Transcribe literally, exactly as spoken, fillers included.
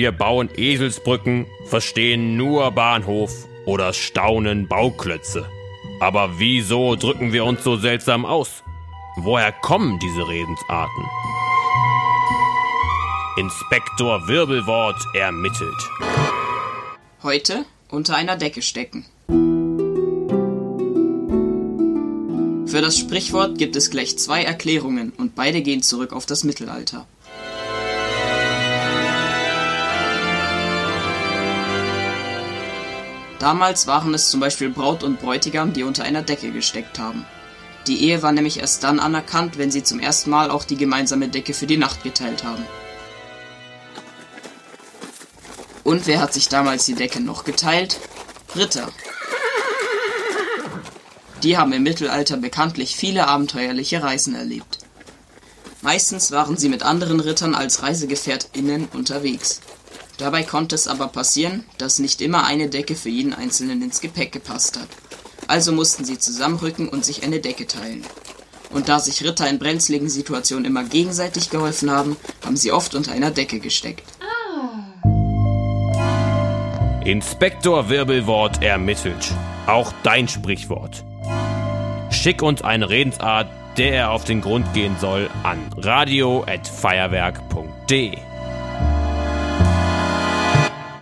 Wir bauen Eselsbrücken, verstehen nur Bahnhof oder staunen Bauklötze. Aber wieso drücken wir uns so seltsam aus? Woher kommen diese Redensarten? Inspektor Wirbelwort ermittelt. Heute unter einer Decke stecken. Für das Sprichwort gibt es gleich zwei Erklärungen und beide gehen zurück auf das Mittelalter. Damals waren es zum Beispiel Braut und Bräutigam, die unter einer Decke gesteckt haben. Die Ehe war nämlich erst dann anerkannt, wenn sie zum ersten Mal auch die gemeinsame Decke für die Nacht geteilt haben. Und wer hat sich damals die Decke noch geteilt? Ritter. Die haben im Mittelalter bekanntlich viele abenteuerliche Reisen erlebt. Meistens waren sie mit anderen Rittern als ReisegefährtInnen unterwegs. Dabei konnte es aber passieren, dass nicht immer eine Decke für jeden Einzelnen ins Gepäck gepasst hat. Also mussten sie zusammenrücken und sich eine Decke teilen. Und da sich Ritter in brenzligen Situationen immer gegenseitig geholfen haben, haben sie oft unter einer Decke gesteckt. Inspektor Wirbelwort ermittelt. Auch dein Sprichwort. Schick uns eine Redensart, der er auf den Grund gehen soll, an radio at feuerwerk punkt de.